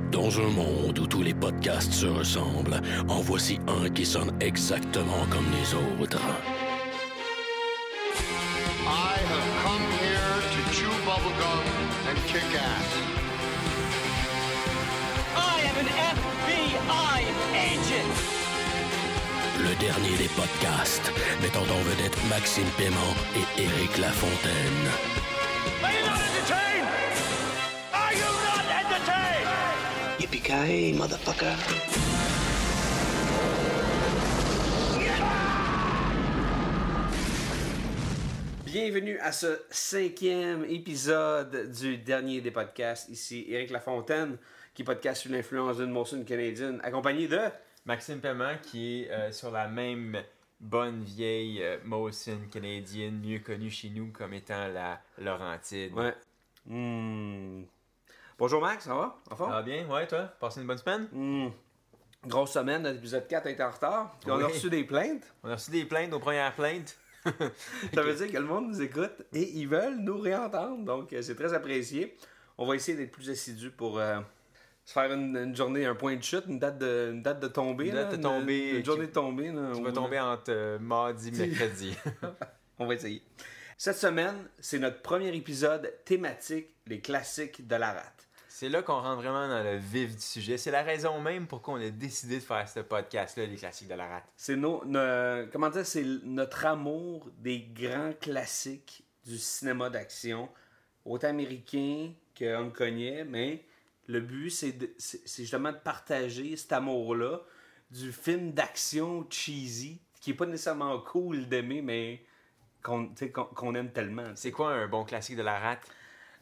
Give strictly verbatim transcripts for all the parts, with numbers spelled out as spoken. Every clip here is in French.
Dans un monde où tous les podcasts se ressemblent, en voici un qui sonne exactement comme les autres. I have come here to chew bubblegum and kick ass. I am an F B I agent. Le dernier des podcasts, mettant en vedette Maxime Paiement et Éric Lafontaine. Are you not entertained? Are you not entertained? Yippee-ki-yay, motherfucker. Bienvenue à ce cinquième épisode du dernier des podcasts. Ici Éric Lafontaine, qui podcast sur l'influence d'une motion canadienne, accompagné de... Maxime Paiement, qui est euh, sur la même bonne vieille euh, Molson canadienne, mieux connue chez nous comme étant la Laurentide. Ouais. Mmh. Bonjour Max, ça va? En Ça forme? va bien? Ouais, toi? Passé une bonne semaine? Mmh. Grosse semaine, notre épisode quatre a été en retard. Puis on a Oui. reçu des plaintes. On a reçu des plaintes, nos premières plaintes. Ça veut dire que le monde nous écoute et ils veulent nous réentendre. Donc euh, c'est très apprécié. On va essayer d'être plus assidus pour euh, se faire une, une journée, un point de chute, une date de, une date de tombée. Une date là, de tombée. Une, une journée Tu- de tombée. Là, Tu où- vas tomber entre euh, mardi et mercredi. On va essayer. Cette semaine, c'est notre premier épisode thématique, les classiques de la rate. C'est là qu'on rentre vraiment dans le vif du sujet. C'est la raison même pourquoi on a décidé de faire ce podcast-là, les classiques de la rate. C'est nos, no- comment dire, c'est notre amour des grands classiques du cinéma d'action, autant américain que hongkonais, mais le but, c'est, de- c'est, c'est justement de partager cet amour-là du film d'action cheesy, qui est pas nécessairement cool d'aimer, mais qu'on, tu sais, qu'on, qu'on aime tellement. tu sais. C'est quoi un bon classique de la rate?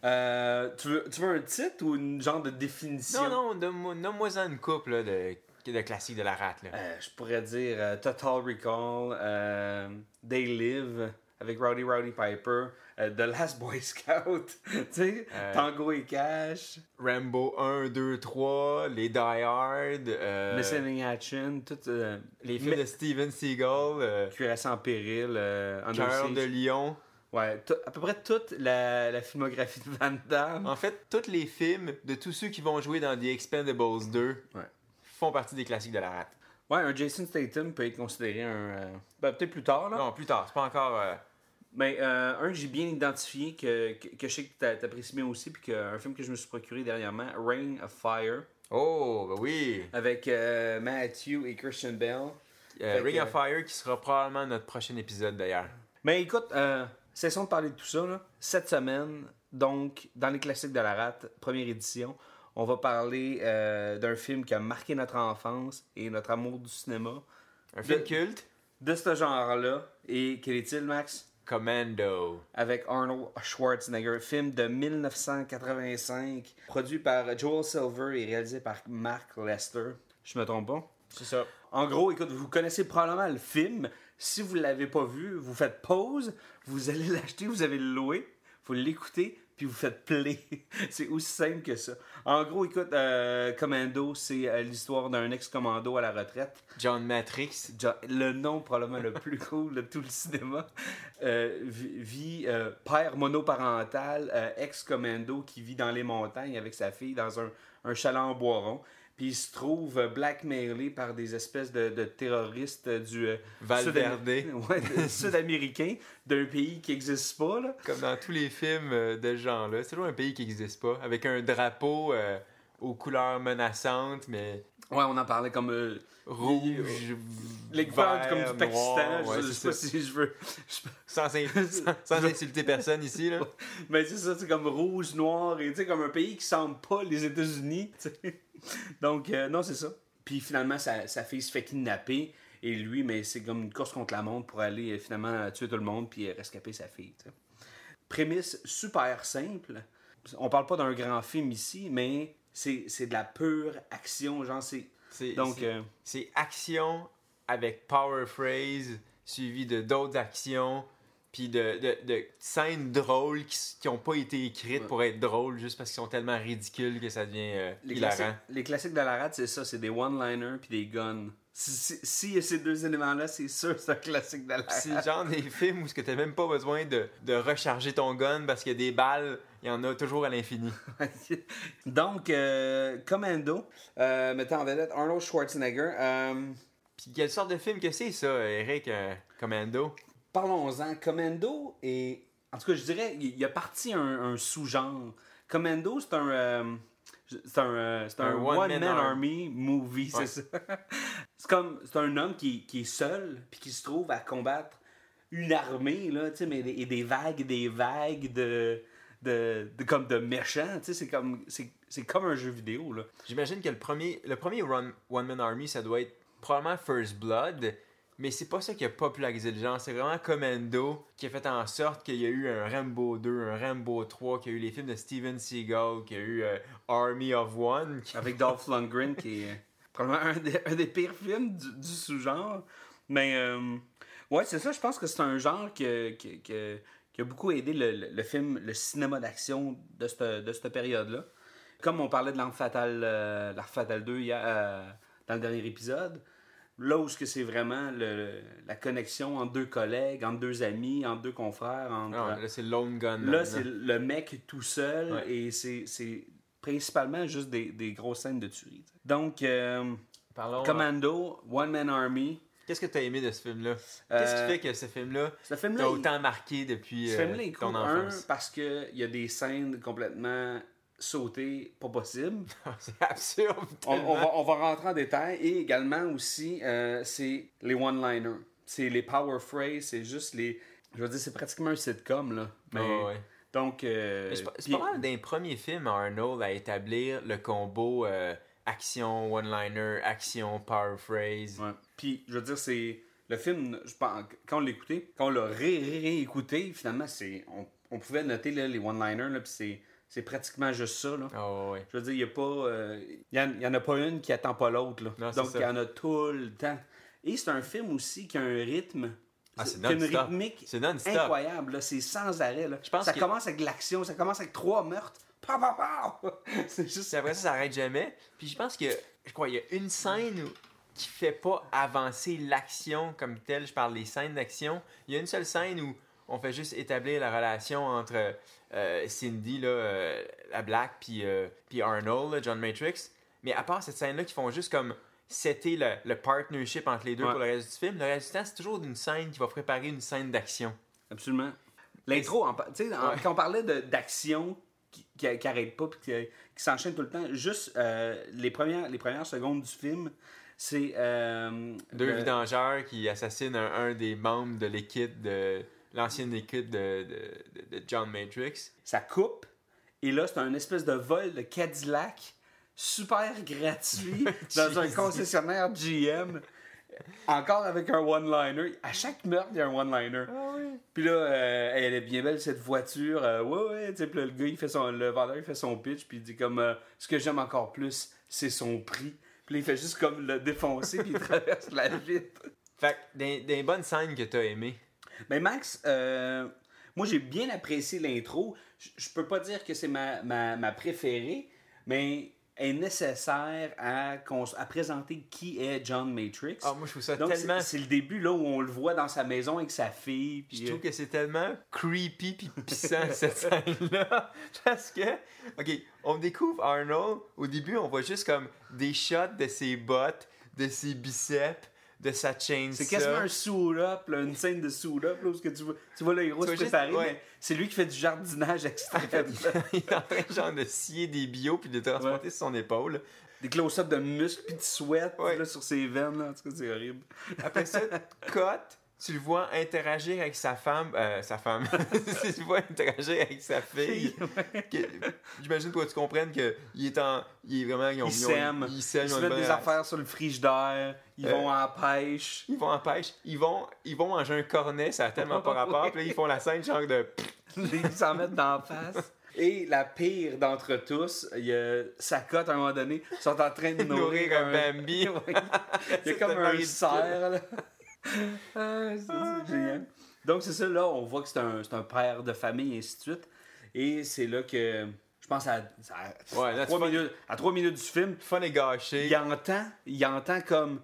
Euh, tu, veux, tu veux un titre ou une genre de définition? Non, non, donne-moi- nomme-moi une couple là, de, de classiques de la rate. Là. Euh, je pourrais dire euh, Total Recall, euh, They Live avec Rowdy Rowdy Piper, euh, The Last Boy Scout, tu sais, Euh, Tango et Cash, Rambo un, deux, trois, les Die Hard, euh, Missing in Action, tout, euh, les films mais- de Steven Seagal, euh, Cuirassé en péril, euh, Under Cœur Siege. de Lion. Ouais, tout- à peu près toute la, la filmographie de Van Damme. En fait, tous les films de tous ceux qui vont jouer dans The Expendables deux Ouais. font partie des classiques de la rate. Ouais, un Jason Statham peut être considéré un... euh, ben, peut-être plus tard, là. Non, plus tard, c'est pas encore... euh, Mais euh, un que j'ai bien identifié, que, que, que je sais que t'a- t'apprécies bien aussi, puis que, un film que je me suis procuré dernièrement, Reign of Fire, Oh, ben oui! avec euh, Matthew et Christian Bale. Euh, Fait Ring que- of Fire qui sera probablement notre prochain épisode d'ailleurs. Mais écoute, euh, cessons de parler de tout ça. Là. Cette semaine, donc, dans les classiques de la rate, première édition, on va parler euh, d'un film qui a marqué notre enfance et notre amour du cinéma. Un film De- culte, De ce genre-là. Et quel est-il, Max? Commando. Avec Arnold Schwarzenegger, film de dix-neuf cent quatre-vingt-cinq, produit par Joel Silver et réalisé par Mark Lester. Je me trompe pas? C'est ça. En gros, écoute, vous connaissez probablement le film. Si vous ne l'avez pas vu, vous faites pause, vous allez l'acheter, vous allez le louer, vous l'écoutez, puis vous faites play. C'est aussi simple que ça. En gros, écoute, euh, Commando, c'est euh, l'histoire d'un ex-commando à la retraite. John Matrix. Jo- Le nom probablement le plus cool de tout le cinéma. Euh, vi- vit euh, père monoparental, euh, ex-commando qui vit dans les montagnes avec sa fille dans un, un chalet en bois rond. Puis il se trouve euh, blackmailé par des espèces de, de terroristes du euh, Valverde. Sud-Am- ouais, de- sud-américain d'un pays qui n'existe pas. Là. Comme dans tous les films euh, de ce genre-là. C'est toujours un pays qui n'existe pas. Avec un drapeau euh, aux couleurs menaçantes, mais Ouais, on en parlait comme euh, rouge, les couleurs vert, comme du Pakistan. noir. Ouais, je, je c'est sais pas ça. si je veux. je- Sans, in- sans, sans insulter personne ici, là. Mais c'est ça, c'est comme rouge, noir, et tu sais, comme un pays qui semble pas les États-Unis. tu sais. Donc, euh, non, c'est ça. Puis finalement, sa, sa fille se fait kidnapper, et lui, mais c'est comme une course contre la montre pour aller euh, finalement tuer tout le monde, puis euh, rescaper sa fille. tu sais. Prémisse super simple. On parle pas d'un grand film ici, mais c'est, c'est de la pure action. Genre, c'est. C'est, Donc, c'est, euh, c'est action avec power phrase, suivi de d'autres actions, puis de, de, de scènes drôles qui n'ont pas été écrites Ouais. pour être drôles, juste parce qu'ils sont tellement ridicules que ça devient euh, Les hilarant. classiques, les classiques de la rate, c'est ça, c'est des one-liners puis des guns. Si, si, s'il y a ces deux éléments-là, c'est sûr que c'est un classique de la C'est le genre des films où tu n'as même pas besoin de, de recharger ton gun parce qu'il y a des balles, il y en a toujours à l'infini. Donc, euh, Commando, euh, mettant en vedette Arnold Schwarzenegger. Euh, Puis quelle sorte de film que c'est ça, Eric, euh, Commando? Parlons-en. Commando est... En tout cas, je dirais, il y a parti un, un sous-genre. Commando, c'est un... Euh, c'est un, euh, c'est un, un one-man one army movie, ouais. C'est ça. C'est comme... C'est un homme qui, qui est seul, puis qui se trouve à combattre une armée, là, tu sais, mais et des vagues et des vagues de... De, de, comme de méchants, tu sais, c'est comme, c'est, c'est comme un jeu vidéo, là. J'imagine que le premier, le premier One, One Man Army, ça doit être probablement First Blood, mais c'est pas ça qui a popularisé le genre, c'est vraiment Commando qui a fait en sorte qu'il y a eu un Rambo deux, un Rambo trois, qu'il y a eu les films de Steven Seagal, qu'il y a eu euh, Army of One. Qui... Avec Dolph Lundgren, qui est probablement un des, un des pires films du, du sous-genre. Mais, euh, ouais, c'est ça, je pense que c'est un genre que... que, que qui a beaucoup aidé le, le, le film, le cinéma d'action de cette, de cette période-là. Comme on parlait de L'Arme Fatale, euh, L'Arme Fatale deux hier, euh, dans le dernier épisode, là où c'est vraiment le, la connexion entre deux collègues, entre deux amis, entre deux confrères. Entre, non, là, c'est Lone Gun. Là, c'est le mec tout seul, ouais. Et c'est, c'est principalement juste des, des grosses scènes de tuerie. T'sais. Donc, euh, Parlons, Commando, euh... One Man Army. Qu'est-ce que tu as aimé de ce film-là? Qu'est-ce euh, qui fait que ce film-là t'a film autant marqué depuis ce euh, film-là, il ton cool, enfance? Un, parce qu'il y a des scènes complètement sautées, pas possible. C'est absurde. On, on, va, on va rentrer en détail. Et également aussi, euh, c'est les one-liners. C'est les power phrases, c'est juste les... Je veux dire, c'est pratiquement un sitcom, là. Mais, oh, ouais. Donc... Euh, c'est puis, pas mal d'un premier film, Arnold, à établir le combo... Euh, action, one-liner, action, power phrase. Ouais. Puis, je veux dire, c'est... Le film, je pense, quand on l'a écouté, quand on l'a ré-réécouté, finalement, c'est... On, on pouvait noter là, les one-liners, là, puis c'est... C'est pratiquement juste ça, là. Oh, ouais. Je veux dire, il n'y a pas... Euh, il y, y en a pas une qui attend pas l'autre, là. Non, donc, il y en a tout le temps. Et c'est un film aussi qui a un rythme... Ah, c'est qui a une non-stop. rythmique C'est non-stop. incroyable, là. C'est sans arrêt, là. Je pense ça que... commence avec l'action, ça commence avec trois meurtres. Pow, pow, pow! C'est juste... Après ça, ça n'arrête jamais. Puis je pense que, je crois, il y a une scène où, qui fait pas avancer l'action comme telle. Je parle des scènes d'action. Il y a une seule scène où on fait juste établir la relation entre euh, Cindy, là, euh, la Black, puis, euh, puis Arnold, là, John Matrix. Mais à part cette scène-là qui font juste comme setter le, le partnership entre les deux ouais. pour le reste du film, le reste du temps, c'est toujours une scène qui va préparer une scène d'action. Absolument. L'intro, tu sais, ouais. quand on parlait de, d'action... qui, qui, qui arrête pas puis qui, qui s'enchaîne tout le temps. Juste euh, les, premières, les premières secondes du film, c'est... Euh, Deux le... vidangeurs qui assassinent un, un des membres de l'équipe, de l'ancienne équipe de, de, de, de John Matrix. Ça coupe, et là, c'est un espèce de vol de Cadillac super gratuit dans un concessionnaire G M. Encore avec un one-liner. À chaque meurtre, il y a un one-liner. Ah oui. Puis là, euh, elle est bien belle, cette voiture. Euh, ouais, ouais. Tu sais, puis là, le gars, il fait son, le vendeur, il fait son pitch. Puis il dit comme, euh, ce que j'aime encore plus, c'est son prix. Puis là, il fait juste comme le défoncer, puis il traverse la vitre. Fait que, des, des bonnes scènes que t'as aimées. Ben, Max, euh, moi, j'ai bien apprécié l'intro. Je, je peux pas dire que c'est ma, ma, ma préférée, mais... est nécessaire à, à présenter qui est John Matrix. Ah, moi, je trouve ça Donc, tellement... C'est, c'est le début là, où on le voit dans sa maison avec sa fille. Pis... Je trouve que c'est tellement creepy pis pissant, cette scène-là. Parce que, OK, on découvre Arnold. Au début, on voit juste comme des shots de ses bottes, de ses biceps, de sa chainsaw. C'est quasiment un suit-up, là, une scène de suit-up, là, où que tu vois, tu vois le héros se préparer, juste, ouais. mais c'est lui qui fait du jardinage extrême. Il est en train genre de scier des bio puis de transporter ouais. sur son épaule. Des close-ups de muscles puis de sweat ouais. là, sur ses veines, là. En tout cas, c'est horrible. Après ça, cut, tu le vois interagir avec sa femme. Euh, sa femme. Tu le vois interagir avec sa fille. que, j'imagine pour que tu comprennes qu'il est en. Il est vraiment. Ils, ont, ils s'aiment. Ils, ils s'aiment. Ils se mettent des à... affaires sur le frigidaire. Ils euh, vont en pêche. Ils vont en pêche. Ils vont, ils vont manger un cornet, ça a tellement pas rapport. Puis là, ils font la scène genre de. Ils s'en mettent d'en face. Et la pire d'entre tous, il y a Sacotte à un moment donné, ils sont en train de nourrir, nourrir un, un Bambi. Il y a comme un cerf, là. Ah, c'est, c'est génial. Donc, c'est ça, là, on voit que c'est un, c'est un père de famille, et ainsi de suite. Et c'est là que, je pense, à, à, ouais, à, trois, minutes, à trois minutes du film, fun est gâché. Il entend, il entend comme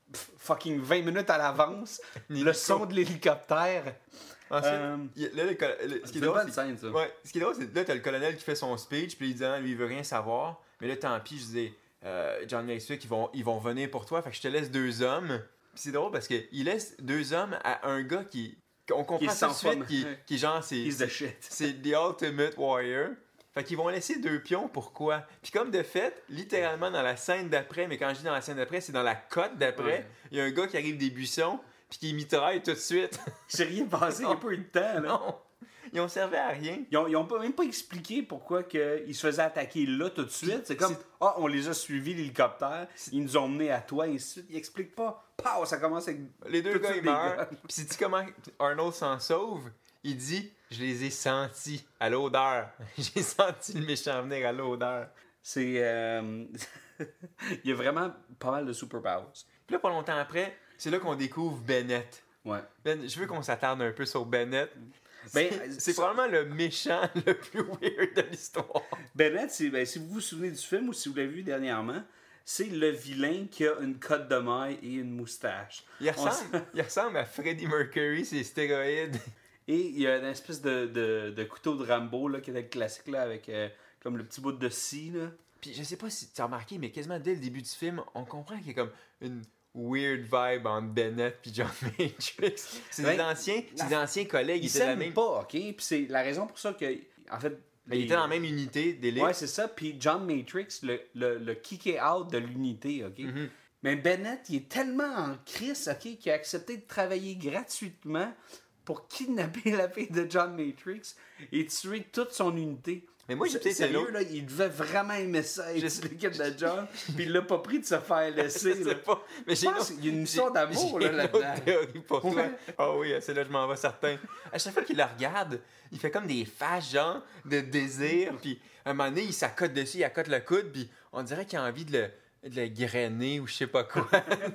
pff, fucking vingt minutes à l'avance. Le son de l'hélicoptère. Ensuite, Euh, il y a- là, le col- le- ce qui C'est est une drôle, bonne c'est- scène, ça. Ouais, ce qui est drôle, c'est que là, t'as le colonel qui fait son speech, puis il dit, ah, lui, il veut rien savoir. Mais là, tant pis, je disais, euh, John Matrix, ils vont, ils vont venir pour toi, fait que je te laisse deux hommes. Puis c'est drôle parce qu'il laisse deux hommes à un gars qui. On comprend Qui est tout de sans suite, forme. qui, qui genre, c'est. He's the shit. C'est The Ultimate Warrior. Fait qu'ils vont laisser deux pions, pourquoi? Puis comme de fait, littéralement dans la scène d'après, mais quand je dis dans la scène d'après, c'est dans la cote d'après, Ouais. il y a un gars qui arrive des buissons, puis qui mitraille tout de suite. J'ai rien passé, il n'y a pas eu de temps. Là. Non! Ils ont servi à rien. Ils ont, ils ont pas, même pas expliqué pourquoi que ils se faisaient attaquer là tout de suite. C'est comme, ah, on les a suivis, l'hélicoptère, ils nous ont menés à toi, et ainsi de suite. Ils expliquent pas. Pow, ça commence avec. Les deux tout de gars, suite ils des meurent. gars. Puis sais-tu comment Arnold s'en sauve? Il dit, je les ai sentis à l'odeur. J'ai senti le méchant venir à l'odeur. C'est. euh, il y a vraiment pas mal de superpowers. Puis là, pas longtemps après, c'est là qu'on découvre Bennett. Ouais. Ben, je veux qu'on s'attarde un peu sur Bennett. Ben, C'est- c'est ça- probablement le méchant le plus weird de l'histoire. Bennett, c'est, ben, si vous vous souvenez du film ou si vous l'avez vu dernièrement, c'est le vilain qui a une cotte de maille et une moustache. Il On ressemble, il ressemble à Freddie Mercury, ses stéroïdes. Et il y a une espèce de, de, de couteau de Rambo là, qui était le classique là, avec euh, comme le petit bout de scie. Là. Puis je sais pas si tu as remarqué, mais quasiment dès le début du film, on comprend qu'il y a comme une weird vibe entre Bennett puis John Matrix. C'est Ben, des anciens, la- c'est des anciens collègues, Ils ils étaient la s'aiment même. pas, ok? Puis c'est la raison pour ça que, en fait... Ben, ils étaient dans la même unité d'élite. Ouais, c'est ça. Puis John Matrix le, le, le kické out de l'unité, ok? Mhm. Mais Bennett, il est tellement en crise, ok, qu'il a accepté de travailler gratuitement pour kidnapper la fille de John Matrix et tuer toute son unité. Mais moi, j'ai C'est- peut-être sérieux, l'autre- là, il devait vraiment aimer ça, être Je sais- l'équipe de John, puis il l'a pas pris de se faire Je laisser. sais là. pas. Mais j'ai Je pense une autre- qu'il y a une j'ai- histoire d'amour, j'ai là, une là-dedans. autre théorie pour toi. Ouais. Ah oui, c'est là je m'en vais certain. À chaque fois qu'il la regarde, il fait comme des faces, genre, de désir. Puis à un moment donné, il s'accote dessus, il accote le coude, puis on dirait qu'il a envie de le, de le grainer ou je sais pas quoi.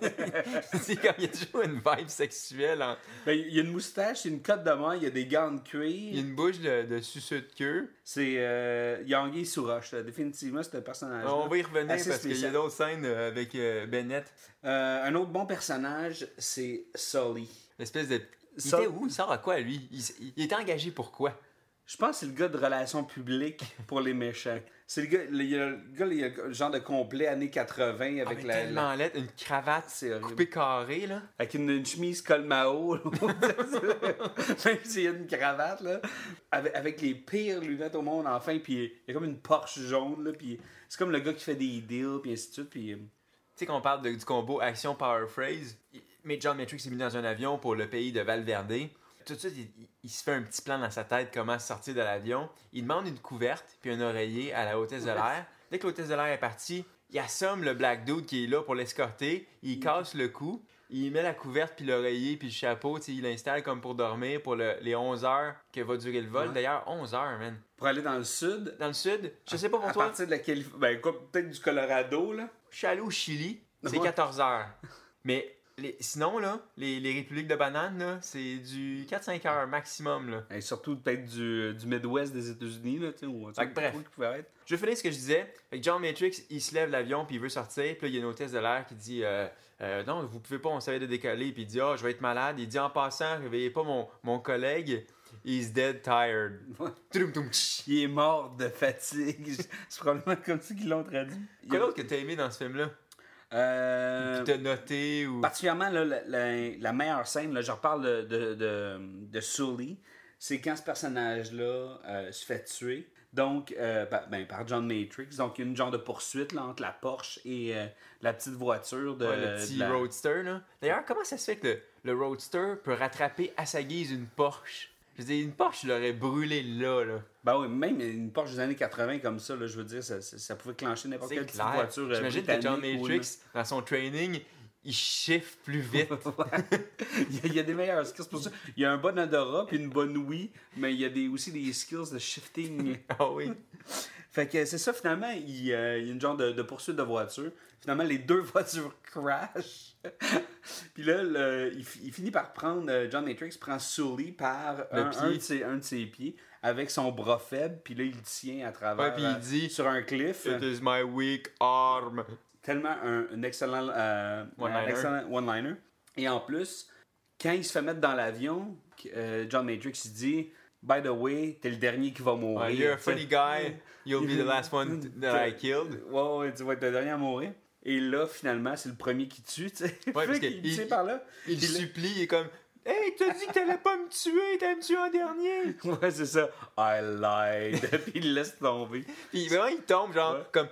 C'est comme, il y a toujours une vibe sexuelle. en- Ben, il y a une moustache, il y a une cotte de main, il y a des gants de Il y a cuir. une bouche de, de suceux de queue. C'est euh, Yangi Souroche, là. Définitivement, c'est un personnage. On va y revenir Assez parce qu'il y a spécial. d'autres scènes euh, avec euh, Bennett. Euh, un autre bon personnage, c'est Sully. L'espèce de. Il Ça- était où? Il sort à quoi, lui? Il, s- il était engagé pour quoi? Je pense que c'est le gars de relations publiques pour les méchants. C'est le gars, le, il y a le gars, il y a le genre de complet années quatre-vingts Ah, avec mais la, tellement la- lettre, une cravate C'est horrible. coupée carrée, là. avec une, une chemise col Mao, là. Même s'il y a une cravate, là. Avec, avec les pires lunettes au monde, enfin, puis il y a comme une Porsche jaune, là, puis c'est comme le gars qui fait des deals, puis ainsi de suite, puis... euh, Tu sais qu'on parle de- du combo action power phrase, il- mais John Matrix est mis dans un avion pour le pays de Valverde. Tout de suite, il, il- il se fait un petit plan dans sa tête comment sortir de l'avion. Il demande une couverte puis un oreiller à la hôtesse de l'air. Dès que l'hôtesse de l'air est partie, il assomme le black dude qui est là pour l'escorter. Il casse le cou. Il met la couverte puis l'oreiller puis le chapeau. Tu sais, il l'installe comme pour dormir pour le- les onze heures que va durer le vol. Ouais. D'ailleurs, onze heures, man. Pour aller dans le sud, Dans le sud, je sais pas pour à toi, partir de la Californie, ben quoi, peut-être du Colorado, là. je suis allé au Chili, c'est Ouais. quatorze heures. Mais les- sinon, là, les, les républiques de bananes, là, c'est du quatre à cinq heures maximum. Là. Et surtout peut-être du, du Midwest des États-Unis, là, tu sais, où, tu sais, Fait que bref. où il pouvait être. Je vais finir ce que je disais. Fait que John Matrix, il se lève de l'avion puis il veut sortir. Puis là, il y a une hôtesse de l'air qui dit euh, euh, non, vous pouvez pas, on savait de décoller. Puis il dit ah, je vais être malade. Il dit en passant, réveillez pas mon, mon collègue. He's dead tired. Ouais. Toudoum, toum, tch. Il est mort de fatigue. C'est probablement comme ça qu'ils l'ont traduit. Quoi d'autre que t'as aimé dans ce film-là? Euh, Qui t'a noté ou. particulièrement, là, la, la- la meilleure scène, là, je reparle de, de, de, de Sully, c'est quand ce personnage-là euh, se fait tuer. Donc, euh, par, ben, par John Matrix. Donc, il y a une genre de poursuite là, entre la Porsche et euh, la petite voiture de, Ouais, le petit de la- Roadster, là. D'ailleurs, comment ça se fait que le, le Roadster peut rattraper à sa guise une Porsche? Je veux dire, une Porsche, il l'aurait brûlé là, là. Ben oui, même une Porsche des années quatre-vingts comme ça, là, je veux dire, ça, ça, ça pouvait clencher n'importe C'est quelle petite clair. voiture euh, J'imagine que John britannique ou Matrix, dans son training, il chiffre plus vite. il, y a, il y a des meilleurs skills pour ça. Il y a un bon odorat puis une bonne ouïe, mais il y a des, aussi des skills de shifting. Ah oui. Fait que c'est ça, finalement, il, euh, il y a une genre de, de poursuite de voiture. Finalement, les deux voitures crash. Puis là, le- il, fi- il finit par prendre, euh, John Matrix prend Sully par Le un, pied. un de ses, un de ses pieds avec son bras faible. Puis là, il le tient à travers Ouais, puis il euh, dit, sur un cliff. It is my weak arm. tellement un, un excellent, euh, One-liner. un excellent one-liner. Et en plus, quand il se fait mettre dans l'avion, euh, John Matrix il dit « By the way, t'es le dernier qui va mourir. Ouais, you're a T'sais. funny guy, you'll be the last one that I killed. Ouais, ouais, tu vas être le dernier à mourir. Et là, finalement, c'est le premier qui tue, tu sais. Ouais, parce Fait qu'il que il- tue par là. Il Puis là- supplie, il est comme Hey, t'as dit que t'allais pas me tuer, t'allais me tuer en dernier. Ouais, c'est ça. I lied. Puis il laisse tomber. Puis vraiment, il tombe genre Ouais. comme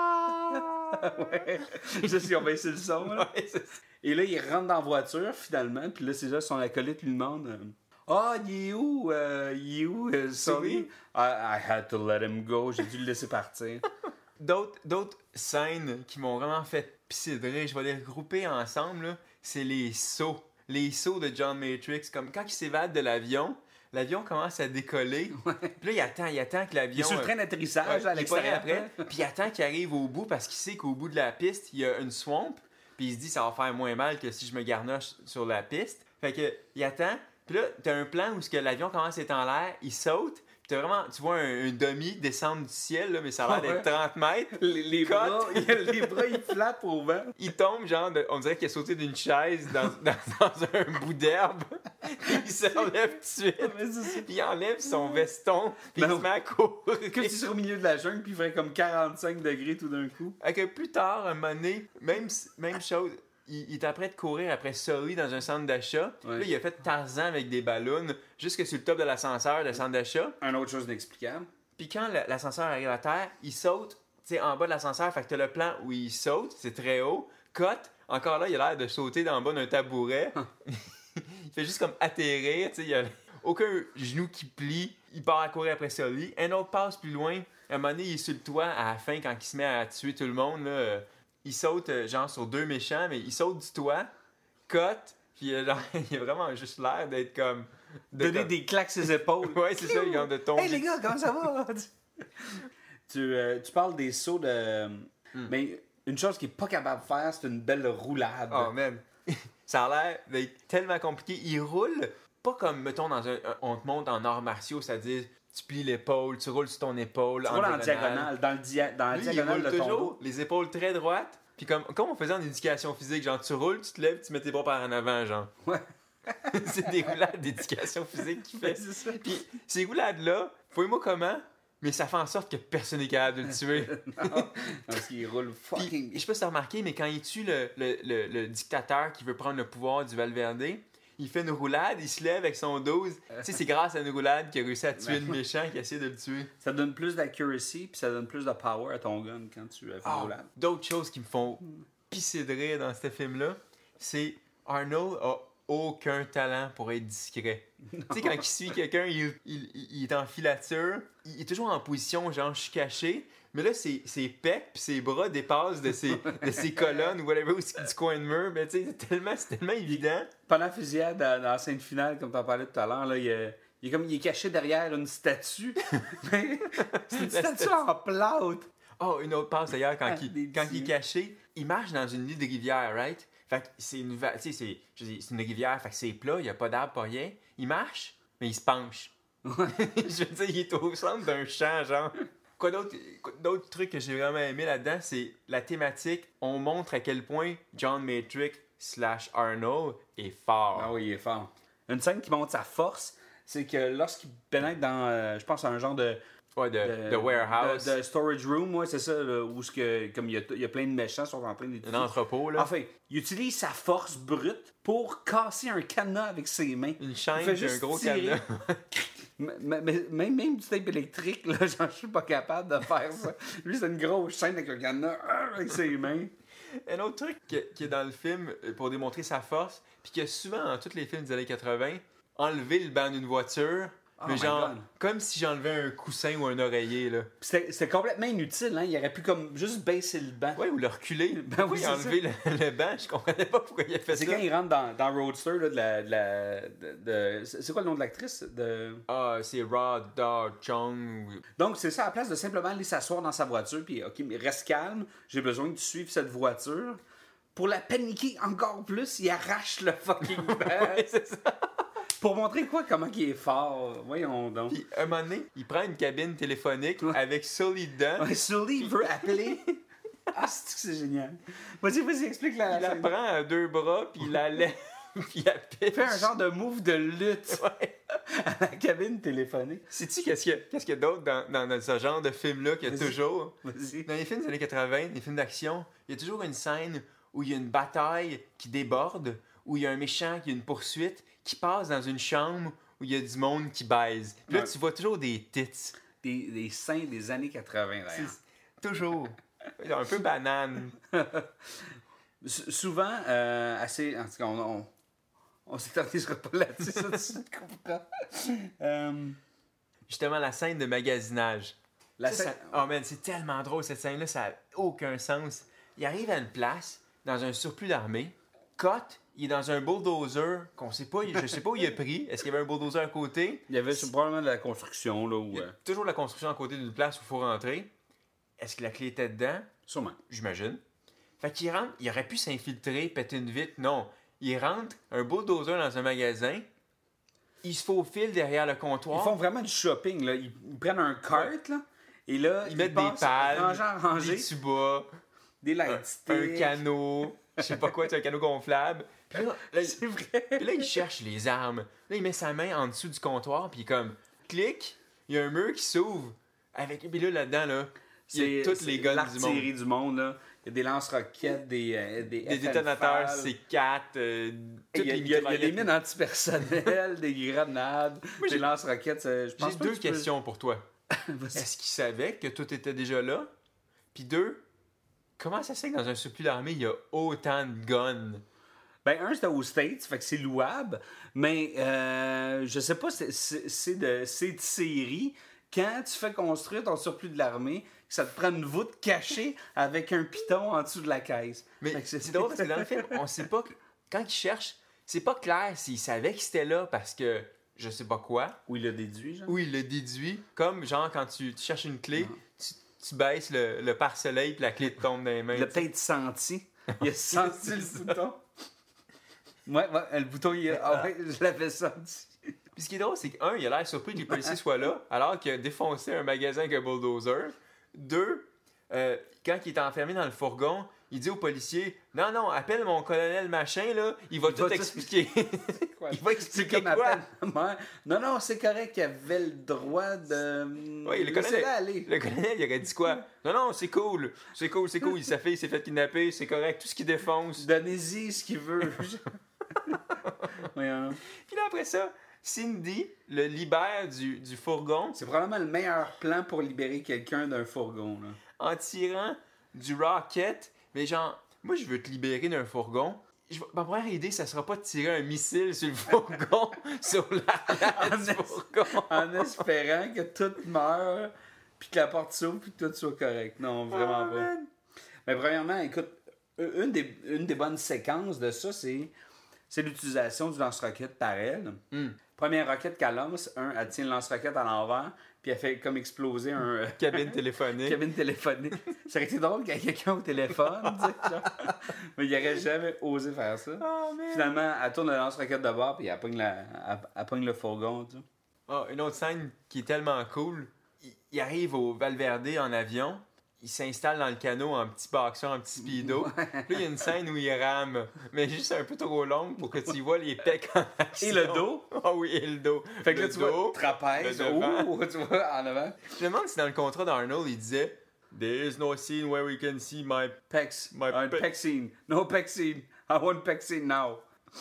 Ah! Ouais. Je sais, on va essayer le son, là. Ouais, c'est ça. Et là, il rentre dans la voiture, finalement. Puis là, c'est là, son acolyte lui demande euh, Ah, il est où euh, Il est où, euh, Sully? I, I had to let him go. J'ai dû le laisser partir. D'autres, d'autres scènes qui m'ont vraiment fait pisser de rire, je vais les regrouper ensemble, là, c'est les sauts. Les sauts de John Matrix. Comme quand il s'évade de l'avion, l'avion commence à décoller. Puis là, il attend, il attend que Il est l'avion. sur le euh, train d'atterrissage Ouais, à il est pas l'extérieur. après, puis il attend qu'il arrive au bout parce qu'il sait qu'au bout de la piste, il y a une swamp, puis il se dit ça va faire moins mal que si je me garnoche sur la piste. Fait que il attend, puis là t'as un plan où ce que l'avion commence à être en l'air, il saute, puis t'as vraiment tu vois un, un demi descendre du ciel là, mais ça a l'air d'être Ouais. trente mètres. Les, les Cut. bras, les bras, ils flappent au vent. Il tombe genre de- on dirait qu'il a sauté d'une chaise dans, dans, dans un bout d'herbe. Il se relève tout de suite. Mais c'est ça. Puis il enlève son veston, puis Ben il se oui. met à courir. Comme si c'est au milieu de la jungle, puis il ferait comme quarante-cinq degrés tout d'un coup. Fait que plus tard, un moment donné, même, même chose, il, il est après de courir après Sully dans un centre d'achat. Ouais. Là, il a fait Tarzan avec des ballons jusque sur le top de l'ascenseur de centre d'achat. Un autre chose inexplicable. Puis quand le- l'ascenseur arrive à terre, il saute tu sais, en bas de l'ascenseur. Fait que t'as le plan où il saute, c'est très haut. Cut, encore là, il a l'air de sauter dans le bas d'un tabouret. Il fait juste comme atterrir, tu sais, il y a aucun genou qui plie. Il part à courir après Sully. Un autre passe plus loin. À un moment donné, il est sur le toit à la fin quand il se met à tuer tout le monde. Là, euh, il saute euh, genre sur deux méchants, mais il saute du toit, cut, puis euh, genre, il a vraiment juste l'air d'être comme. de Donner comme- des claques ses épaules. Ouais, c'est ça, il a de tomber. Hey les gars, comment ça va? tu, euh, tu parles des sauts de. Mais une chose qu'il est pas capable de faire, c'est une belle roulade. Oh man. Ça a l'air d'être tellement compliqué. Il roule pas comme, mettons, dans un, un- on te monte en arts martiaux, c'est-à-dire tu plies l'épaule, tu roules sur ton épaule. tu roules en diagonale, dans, le dia- dans la Lui, il diagonale roule de ton toujours dos. les épaules très droites. Puis comme, comme on faisait en éducation physique, genre tu roules, tu te lèves, tu mets tes bras par en avant, genre. Ouais. C'est des roulades d'éducation physique qu'il fait. C'est ça. Puis ces roulades-là, fouille-moi comment, mais ça fait en sorte que personne n'est capable de le tuer. Non, parce qu'il roule Puis, fucking. je sais pas si t'as remarqué, mais quand il tue le, le, le, le dictateur qui veut prendre le pouvoir du Valverde, il fait une roulade, il se lève avec son douze. Tu sais, c'est grâce à une roulade qu'il a réussi à tuer le méchant qui essaie de le tuer. Ça donne plus d'accuracy, puis ça donne plus de power à ton gun quand tu fais une Ah, roulade. D'autres choses qui me font pisser de rire dans ce film-là, c'est Arnold a aucun talent pour être discret. Tu sais, quand il suit quelqu'un, il, il, il est en filature, il est toujours en position genre je suis caché, mais là, ses, ses pecs puis ses bras dépassent de ses, de ses colonnes ou whatever, ou du coin de mur, mais tu sais, c'est tellement, c'est tellement évident. Pendant la fusillade, dans, dans la scène finale, comme tu en parlais tout à l'heure, là, il, est- il est comme il est caché derrière une statue. Mais c'est une La statue statue. en plâtre. Oh, une autre passe d'ailleurs, quand, Ah, il, des quand il est petits. caché, il marche dans une île de rivière, right? Fait que c'est une, va- tu sais, c'est, je dis, c'est une rivière, fait que c'est plat, il n'y a pas d'arbre, pas rien. Il marche, mais il se penche. Je veux dire, il est au centre d'un champ, genre. Quoi d'autre, quoi d'autres trucs que j'ai vraiment aimé là-dedans, c'est la thématique. On montre à quel point John Matrix slash Arnold est fort. Ah oui, il est fort. Une scène qui montre sa force, c'est que lorsqu'il pénètre dans, euh, je pense, un genre de. Ouais, de, de, de warehouse, De, de storage room, ouais, c'est ça, là, où ce que, comme il y, a, il y a plein de méchants qui sont en train un d'étudier. entrepôt, là. Enfin, il utilise sa force brute pour casser un cadenas avec ses mains. Une Il chaîne, fait puis un juste gros tirer. cadenas. Mais, mais- mais- même, même du tape électrique, là, genre, je suis pas capable de faire ça. Lui, c'est une grosse chaîne avec un cadenas euh, avec ses mains. Un autre truc qui qui est dans le film euh, pour démontrer sa force, puis que souvent dans tous les films des années quatre-vingts, enlever le banc d'une voiture, Oh mais my genre God. comme si j'enlevais un coussin ou un oreiller là. C'était c'était complètement inutile, hein. Il aurait pu comme juste baisser le banc. Ouais, ou le reculer. Ben Pourquoi oui, il a c'est enlevé le, le banc, je comprenais pas pourquoi il a fait C'est ça. quand il rentre dans, dans Roadster là, de la. De la de, de- c'est c'est quoi le nom de l'actrice de... Ah, c'est Rod Dar Chung. ou- Donc, c'est ça, à la place de simplement aller s'asseoir dans sa voiture, puis, OK, mais reste calme, j'ai besoin que tu suives cette voiture. Pour la paniquer encore plus, il arrache le fucking banc. Ouais, c'est ça. Pour montrer quoi, comment il est fort. Voyons donc. Puis un moment donné, il prend une cabine téléphonique Ouais. avec Sully dedans. Ouais, Sully veut appeler Ah, c'est que c'est génial. Vas-y, vas-y, explique la Il la scène. prend à deux bras, puis il la lève, puis il la pitch. Il fait un genre de move de lutte Ouais. à la cabine téléphonique. Sais-tu qu'est-ce qu'il y a, qu'est-ce qu'il y a d'autre dans, dans, dans ce genre de film-là qu'il y a Vas-y. toujours? Vas-y. Dans les films des années quatre-vingts, les films d'action, il y a toujours une scène où il y a une bataille qui déborde, où il y a un méchant qui a une poursuite, qui passe dans une chambre où il y a du monde qui baise. Puis là, Ouais. tu vois toujours des tits. Des, des seins des années quatre-vingts, d'ailleurs. C'est toujours. Un peu banane. S- souvent, euh, assez. En tout cas, on, on, on s'éternisera pas là-dessus, ça, tu comprends. Euh, Justement, la scène de magasinage. la Ça, scène- ça- oh man, c'est tellement drôle cette scène-là, ça n'a aucun sens. Il arrive à une place, dans un surplus d'armée, cote, il est dans un bulldozer qu'on sait pas, je sais pas où il a pris. Est-ce qu'il y avait un bulldozer à côté? Il y avait probablement de la construction, là, Il ou. y a euh, toujours la construction à côté d'une place où il faut rentrer. Est-ce que la clé était dedans? sûrement. J'imagine. Fait qu'il rentre, il aurait pu s'infiltrer, péter une vitre. Non. Il rentre, un bulldozer dans un magasin, il se faufile derrière le Ils comptoir. font vraiment du shopping, là. Ils, ils prennent un cart, là, et là, Ils mettent des passent palmes, rangé en rangé, des tubas, des un, light un sticks. canot, je sais pas quoi, c'est un canot gonflable. Puis là, là, il- C'est vrai. puis là, il cherche les armes. Là, il met sa main en dessous du comptoir, puis il comme, clic, il y a un mur qui s'ouvre. Avec, puis là, là-dedans, là, il y a toutes les guns du monde. l'artillerie du monde, là. Il y a des lance-roquettes, des, euh, des, Des F M détonateurs, FAL. C quatre, euh, Et toutes Il y, a- les il y a- il y a des mitraillettes. mines antipersonnelles, des grenades, Moi, des j'ai- lance-roquettes. euh, Je pense J'ai pas deux que tu peux- questions pour toi. Vas-y. Est-ce qu'il savait que tout était déjà là? Puis deux, comment ça se fait que dans un surplus d'armée, il y a autant de guns? Ben, un, c'était aux States, fait que c'est louable. Mais euh, je sais pas, c'est- c'est c'est de, c'est de série. Quand tu fais construire ton surplus de l'armée, ça te prend une voûte cachée avec un piton en dessous de la caisse. Mais Fait que c'est drôle parce que dans le film, on sait pas... que- Quand il cherche, c'est pas clair s'il savait que c'était là parce que je sais pas quoi, Où il a déduit, genre. ou il le déduit. Comme, genre, quand tu, tu cherches une clé, tu, tu baisses le, le pare-soleil puis la clé te tombe dans les mains. Il l'a peut-être senti. Il a senti le bouton. Ouais, ouais, le bouton, il a... Ah ouais, je l'avais senti. Puis ce qui est drôle, c'est qu'un, il a l'air surpris que les policiers soient là, alors qu'il a défoncé un magasin avec un bulldozer. Deux, euh, quand il est enfermé dans le fourgon, il dit aux policiers « Non, non, appelle mon colonel machin, là, il va Il tout va tout- expliquer. Il va C'est expliquer comme quoi? appelle ma mère. Non, non, c'est correct qu'il avait le droit de. Oui, le Laissez-la colonel, aller. le colonel, il aurait dit quoi? Non, non, c'est cool, c'est cool, c'est cool, sa fille s'est fait kidnapper, c'est correct, tout ce qu'il défonce. Donnez-y ce qu'il veut. Voyons. Puis là, après ça, Cindy le libère du, du fourgon C'est probablement le meilleur plan pour libérer quelqu'un d'un fourgon. Là. en tirant du rocket. Mais genre, moi, je veux te libérer d'un fourgon. Je, vais- ma première idée, ça sera pas de tirer un missile sur le fourgon, sur l'arrière En du es- fourgon. En espérant que tout meure, puis que la porte s'ouvre, puis que tout soit correct. Non, vraiment Oh, pas. man. Mais premièrement, écoute, une des, une des bonnes séquences de ça, c'est, c'est l'utilisation du lance-roquette par elle. Mm. Première roquette qu'elle lance, un, elle tient le lance-roquette à l'envers, puis elle fait comme exploser un euh, Cabine téléphonique. cabine téléphonique. Ça aurait été drôle qu'il y ait quelqu'un au téléphone, tu sais, genre. Mais il n'aurait jamais osé faire ça. Oh, man. Finalement, elle tourne le lance-roquette de bord, puis elle pogne, la, elle, elle pogne le fourgon, tu sais. Ah, une autre scène qui est tellement cool. Il, il arrive au Valverde en avion. Il s'installe dans le canot en petit boxer, en petit speedo. Là, il y a une scène où il rame, mais juste un peu trop longue pour que tu vois les pecs en action. Et le dos. Ah oui, et le dos. Fait que le là, tu vois dos, trapèze, le devant. ouh, tu vois, en avant. Je me demande si dans le contrat d'Arnold, il disait « There is no scene where we can see my... Pex. My Un pe- pec scene. No pec scene. I want pec scene now.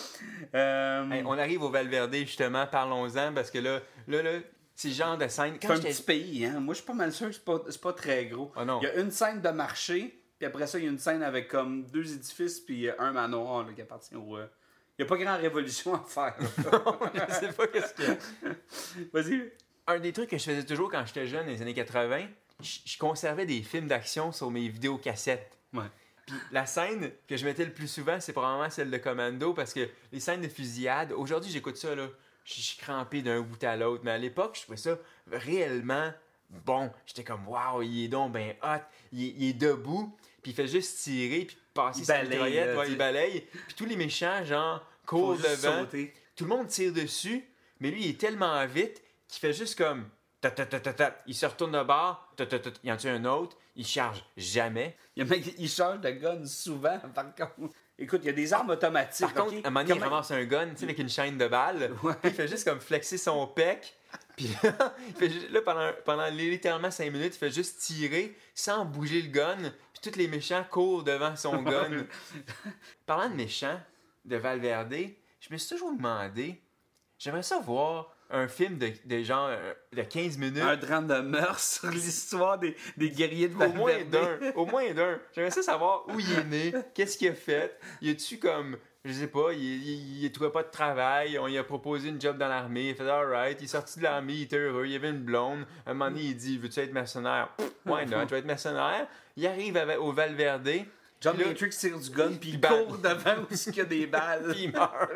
Euh, Hey, on arrive au Valverde, justement, parlons-en, parce que là, là, là c'est le genre de scène... c'est Quand un j'étais- petit pays, hein. Moi, je suis pas mal sûr que c'est pas, c'est pas très gros. Ah non. Il y a une scène de marché, puis après ça, il y a une scène avec comme deux édifices, puis euh, un manoir là, qui appartient au... euh, Il n'y a pas grand révolution à faire. je sais pas qu'est-ce qu'il y a. Vas-y. Un des trucs que je faisais toujours quand j'étais jeune, dans les années quatre-vingts, je, je conservais des films d'action sur mes vidéocassettes. Ouais. Puis la scène que je mettais le plus souvent, c'est probablement celle de Commando, parce que les scènes de fusillade, aujourd'hui j'écoute ça, là, je je suis crampé d'un bout à l'autre, mais à l'époque, je trouvais ça réellement bon. J'étais comme, waouh, il est donc ben hot, il, est- il est debout, puis il fait juste tirer, puis passer Il sa balaye, mitraillette, là, ouais, tu il sais. balaye, puis tous les méchants, genre, courent Faut juste devant. sauter. Tout le monde tire dessus, mais lui, il est tellement vite qu'il fait juste comme ta, ta, ta, ta, ta. Il se retourne de bord, ta, ta, ta. Il en tue un autre, il charge jamais. Il y a un mec, il change de gun souvent, par contre. Écoute, il y a des armes automatiques. Par contre, okay? à un moment donné, il Comment- ramasse un gun, tu sais, avec une chaîne de balles. Ouais. Il fait juste comme flexer son pec. Puis là, il fait juste- là, pendant, pendant littéralement cinq minutes, il fait juste tirer sans bouger le gun. Puis tous les méchants courent devant son gun. Parlant de méchants, de Valverde, je me suis toujours demandé, j'aimerais ça voir un film de, de genre euh, de quinze minutes. Un drame de meurtre sur l'histoire des, des guerriers de Au moins Valverde. d'un. Au moins d'un. J'aimerais ça savoir où il est né, qu'est-ce qu'il a fait. Il a-tu comme, je sais pas, il, il, il trouvait pas de travail, on lui a proposé une job dans l'armée, il a fait alright, il est sorti de l'armée, il était heureux, il y avait une blonde. Un moment donné, il dit, veux-tu être mercenaire? Pff, why not? Je vais être mercenaire. Il arrive avec, au Valverde, John puis là- Matrix tire du gun, puis il balle. court devant où il y a des balles. puis il meurt.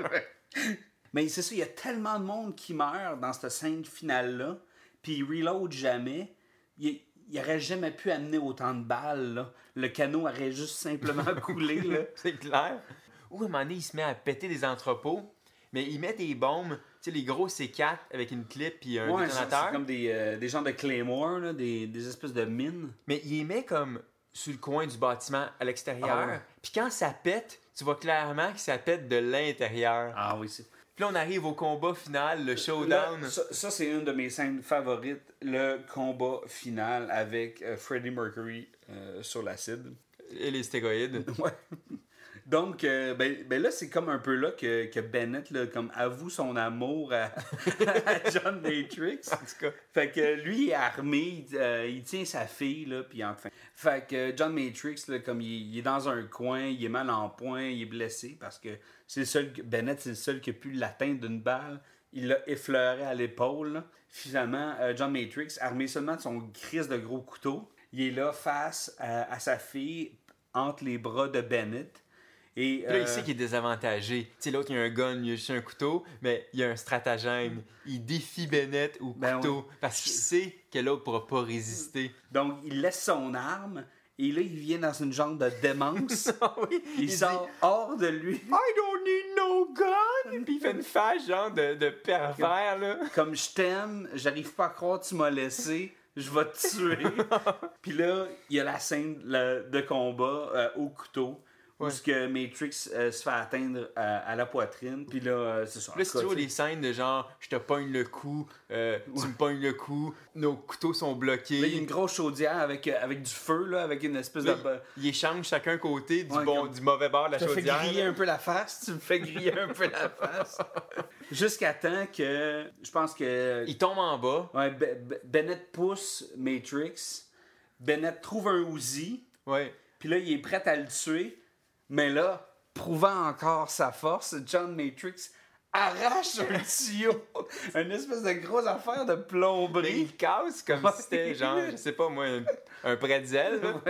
Mais c'est ça, il y a tellement de monde qui meurt dans cette scène finale-là, puis il reload jamais. Il, il aurait jamais pu amener autant de balles, là. Le canot aurait juste simplement coulé, là. C'est clair. Ou à un moment donné, il se met à péter des entrepôts, mais il met des bombes, tu sais, les gros C quatre avec une clip puis un Ouais, c'est détonateur. c'est comme des, euh, des genres de Claymore, là, des, des espèces de mines. Mais il les met comme sur le coin du bâtiment à l'extérieur. Ah ouais. Puis quand ça pète, tu vois clairement que ça pète de l'intérieur. Ah oui, c'est... Puis là, on arrive au combat final, le Là, showdown. ça, ça, c'est une de mes scènes favorites, le combat final avec euh, Freddie Mercury euh, sur l'acide. Et les stéroïdes. Ouais. Donc, euh, ben, ben là, c'est comme un peu là que, que Bennett là, comme avoue son amour à, à John Matrix. En tout cas. Fait que lui, il est armé, il, euh, il tient sa fille, là, puis enfin. Fait que John Matrix, là, comme il, il est dans un coin, il est mal en point, il est blessé parce que c'est le seul, que- Bennett, c'est le seul qui a pu l'atteindre d'une balle. Il l'a effleuré à l'épaule. là. Finalement, euh, John Matrix, armé seulement de son crise de gros couteau, il est là face à, à sa fille, entre les bras de Bennett. Et, Puis là, euh, il sait qu'il est désavantagé. Tu sais, l'autre, il a un gun, il a juste un couteau, mais il a un stratagème. Il défie Bennett au Ben couteau oui. parce qu'il sait que l'autre pourra pas résister. Donc, il laisse son arme et là, il vient dans une genre de démence. Ah oui, il, il sort hors de lui. dit, I don't need no gun! Puis il fait une face genre de, de pervers, là. Comme je t'aime, j'arrive pas à croire que tu m'as laissé, je vais te tuer. Puis là, il y a la scène là, de combat euh, au couteau. Où Ouais. ce que Matrix euh, se fait atteindre à, à la poitrine. Puis là, euh, c'est ça. Puis là, c'est En tout toujours cas, des scènes de genre, je te pogne le cou, euh, tu me pognes le cou, nos couteaux sont bloqués. là, il y a une grosse chaudière avec, euh, avec du feu, là, avec une espèce Là, de... ils échangent chacun côté du, Ouais, bon, comme- du mauvais bord de la Tu me fais chaudière. griller là. un peu la face, tu me fais griller un peu la face. Jusqu'à temps que, je pense que... Il tombe en bas. Ouais, Be- Be- Bennett pousse Matrix. Bennett trouve un Uzi. Ouais. Puis là, il est prêt à le tuer. Mais là, prouvant encore sa force, John Matrix arrache un tuyau. Une espèce de grosse affaire de Mais plomberie. il casse comme Ouais. si c'était genre, je sais pas moi, un, un pretzel. là.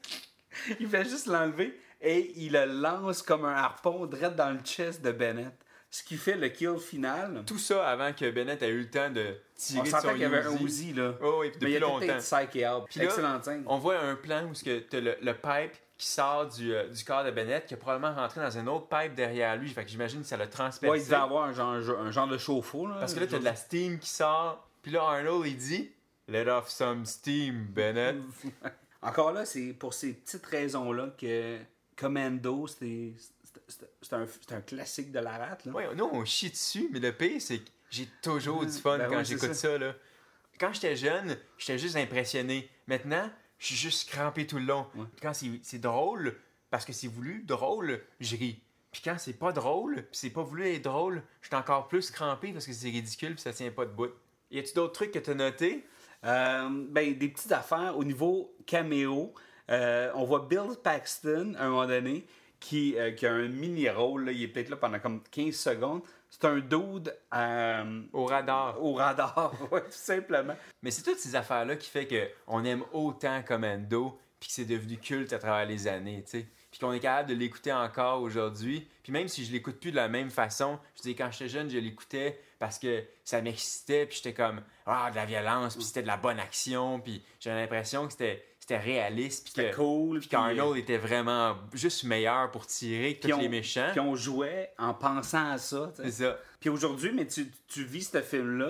Il fait juste l'enlever et il le lance comme un harpon direct dans le chest de Bennett. Ce qui fait le kill final. Tout ça avant que Bennett ait eu le temps de tirer On de sentait son qu'il y avait un Uzi. Uzi, là. Oh, oui, puis Mais il depuis y a longtemps. peut-être Psyche Out. Puis là, Excellente scène. On voit un plan où tu as le, le pipe qui sort du, euh, du corps de Bennett, qui a probablement rentré dans un autre pipe derrière lui. Fait que j'imagine que ça l'a transpercé. Ouais, il devait avoir un genre, un genre de chauffe-eau. Là, Parce que là, t'as de la steam qui sort. Puis là, Arnold, il dit « Let off some steam, Bennett. Encore là, c'est pour ces petites raisons-là que Commando, c'est c'est- c'est un, c'est un classique de la rate. Là. Ouais, nous, on chie dessus, mais le pire, c'est que j'ai toujours du fun Ben quand oui, c'est j'écoute ça. ça. là. Quand j'étais jeune, j'étais juste impressionné. Maintenant, je suis juste crampé tout le long. Ouais. Puis quand c'est c'est drôle, parce que c'est voulu, drôle, je ris. Puis quand c'est pas drôle, puis c'est pas voulu être drôle, je suis encore plus crampé parce que c'est ridicule puis ça tient pas de bout. Y a-tu d'autres trucs que t'as notés? Euh, ben, des petites affaires au niveau caméo. Euh, on voit Bill Paxton, à un moment donné, qui, euh, qui a un mini-rôle. là. Il est peut-être là pendant comme quinze secondes. C'est un dude euh, Au radar. au radar, ouais, tout simplement. Mais c'est toutes ces affaires-là qui fait qu'on aime autant Commando puis que c'est devenu culte à travers les années, tu sais. Puis qu'on est capable de l'écouter encore aujourd'hui. Puis même si je l'écoute plus de la même façon, je dis quand j'étais jeune, je l'écoutais parce que ça m'excitait, puis j'étais comme ah, de la violence, puis c'était de la bonne action, puis j'avais l'impression que c'était c'était réaliste, puis C'était que cool. puis qu'Arnold était vraiment juste meilleur pour tirer que puis tous on- les méchants. Puis on jouait en pensant à ça. tu sais. C'est ça. Puis aujourd'hui, mais tu, tu vis ce film-là,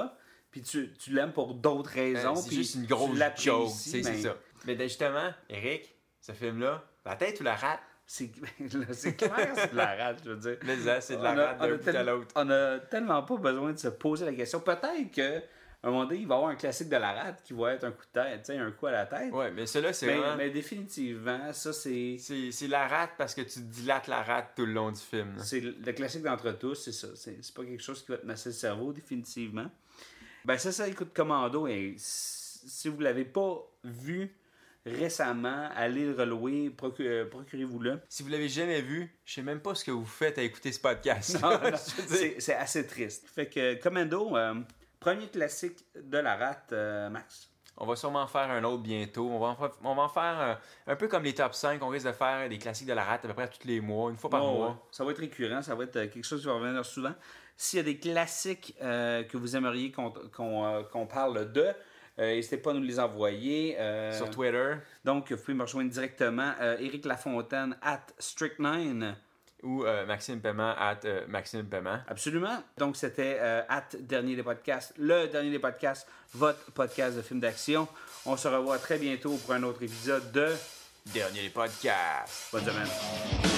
puis tu, tu l'aimes pour d'autres raisons. Euh, c'est puis juste une tu grosse l'apprécies, joke, c'est ben, c'est ça. Mais ben, justement, Eric, ce film-là, la tête ou la rate? C'est, c'est clair, c'est de la rate, je veux dire. Mais ça, c'est de la On a- rate on a d'un bout tel- à l'autre. On a tellement pas besoin de se poser la question. Peut-être que un moment donné, il va y avoir un classique de la rate qui va être un coup de tête, tu sais, un coup à la tête. Ouais, mais celui-là, c'est mais, vraiment... mais définitivement, ça, c'est, C'est c'est la rate parce que tu dilates la rate tout le long du film. là. c'est le classique d'entre tous, c'est ça. C'est, c'est pas quelque chose qui va te masser le cerveau, définitivement. Ben ça, ça écoute Commando. Et si vous l'avez pas vu récemment, allez le relouer, procu- euh, procurez-vous-le. Si vous l'avez jamais vu, je sais même pas ce que vous faites à écouter ce podcast. Non, non, Je veux dire, c'est, c'est assez triste. Fait que Commando, euh, premier classique de la rate, euh, Max. on va sûrement faire un autre bientôt. On va en, fa- on va en faire euh, un peu comme les top cinq. On risque de faire des classiques de la rate à peu près tous les mois, une fois par Oh, mois. ouais. Ça va être récurrent, ça va être euh, quelque chose qui va revenir souvent. S'il y a des classiques euh, que vous aimeriez qu'on, qu'on, euh, qu'on parle de, euh, n'hésitez pas à nous les envoyer. euh, Sur Twitter Donc, vous pouvez me rejoindre directement. Euh, Éric Lafontaine, at Strict nine. ou euh, Maxime Paiement, at euh, Maxime Paiement. Absolument. Donc, c'était euh, at Dernier des podcasts, le Dernier des podcasts, votre podcast de films d'action. On se revoit très bientôt pour un autre épisode de Dernier des podcasts. Bonne semaine.